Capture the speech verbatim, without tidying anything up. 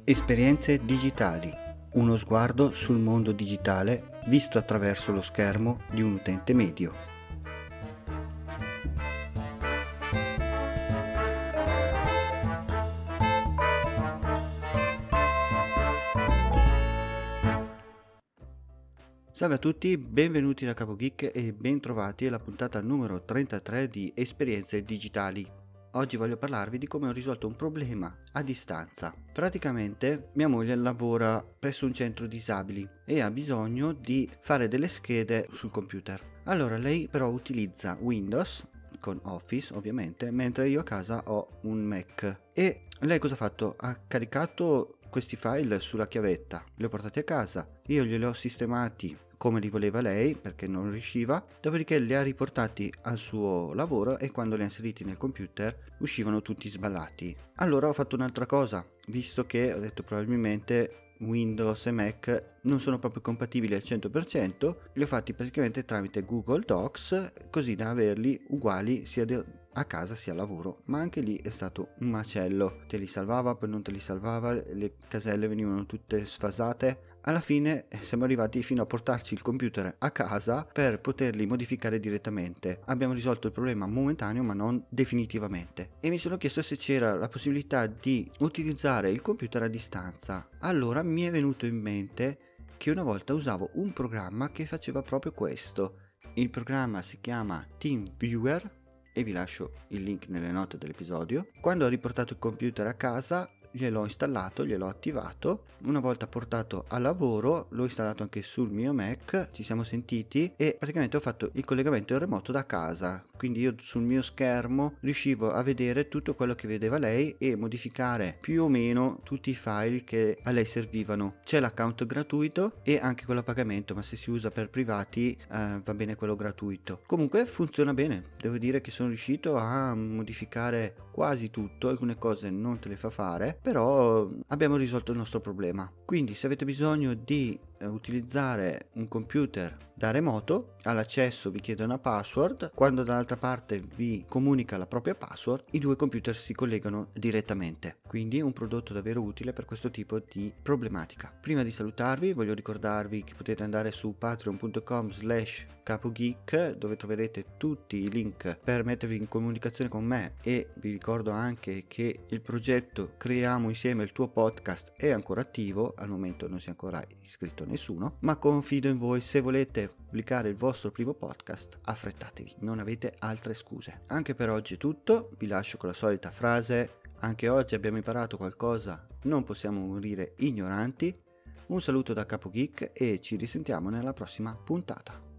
Esperienze digitali, uno sguardo sul mondo digitale visto attraverso lo schermo di un utente medio. Salve a tutti, benvenuti da Capo Geek e bentrovati alla puntata numero trentatré di Esperienze digitali. Oggi voglio parlarvi di come ho risolto un problema a distanza. Praticamente mia moglie lavora presso un centro disabili e ha bisogno di fare delle schede sul computer. Allora lei però utilizza Windows con Office ovviamente, mentre io a casa ho un Mac. E lei cosa ha fatto? Ha caricato questi file sulla chiavetta, li ho portati a casa, io glieli ho sistemati come li voleva lei perché non riusciva, dopodiché li ha riportati al suo lavoro e quando li ha inseriti nel computer uscivano tutti sballati. Allora ho fatto un'altra cosa, visto che ho detto probabilmente Windows e Mac non sono proprio compatibili al cento per cento, li ho fatti praticamente tramite Google Docs, così da averli uguali sia a casa sia a lavoro, ma anche lì è stato un macello, te li salvava poi non te li salvava, le caselle venivano tutte sfasate. Alla fine siamo arrivati fino a portarci il computer a casa per poterli modificare direttamente. Abbiamo risolto il problema momentaneo ma non definitivamente. E mi sono chiesto se c'era la possibilità di utilizzare il computer a distanza. Allora mi è venuto in mente che una volta usavo un programma che faceva proprio questo. Il programma si chiama TeamViewer e vi lascio il link nelle note dell'episodio. Quando ho riportato il computer a casa gliel'ho installato, gliel'ho attivato, una volta portato a lavoro l'ho installato anche sul mio Mac, ci siamo sentiti e praticamente ho fatto il collegamento in remoto da casa, quindi io sul mio schermo riuscivo a vedere tutto quello che vedeva lei e modificare più o meno tutti i file che a lei servivano. C'è l'account gratuito e anche quello a pagamento, ma se si usa per privati eh, va bene quello gratuito. Comunque funziona bene, devo dire che sono riuscito a modificare quasi tutto, alcune cose non te le fa fare, però abbiamo risolto il nostro problema. Quindi se avete bisogno di eh, utilizzare un computer da remoto, all'accesso vi chiede una password, quando dall'altra parte vi comunica la propria password, i due computer si collegano direttamente. Quindi un prodotto davvero utile per questo tipo di problematica. Prima di salutarvi voglio ricordarvi che potete andare su patreon punto com slash capogeek, dove troverete tutti i link per mettervi in comunicazione con me, e vi ricordo anche che il progetto Creiamo Insieme il Tuo Podcast è ancora attivo, al momento non si è ancora iscritto nessuno, ma confido in voi. Se volete pubblicare il vostro primo podcast, affrettatevi, non avete altre scuse. Anche per oggi è tutto, vi lascio con la solita frase: anche oggi abbiamo imparato qualcosa, non possiamo morire ignoranti. Un saluto da Capo Geek e ci risentiamo nella prossima puntata.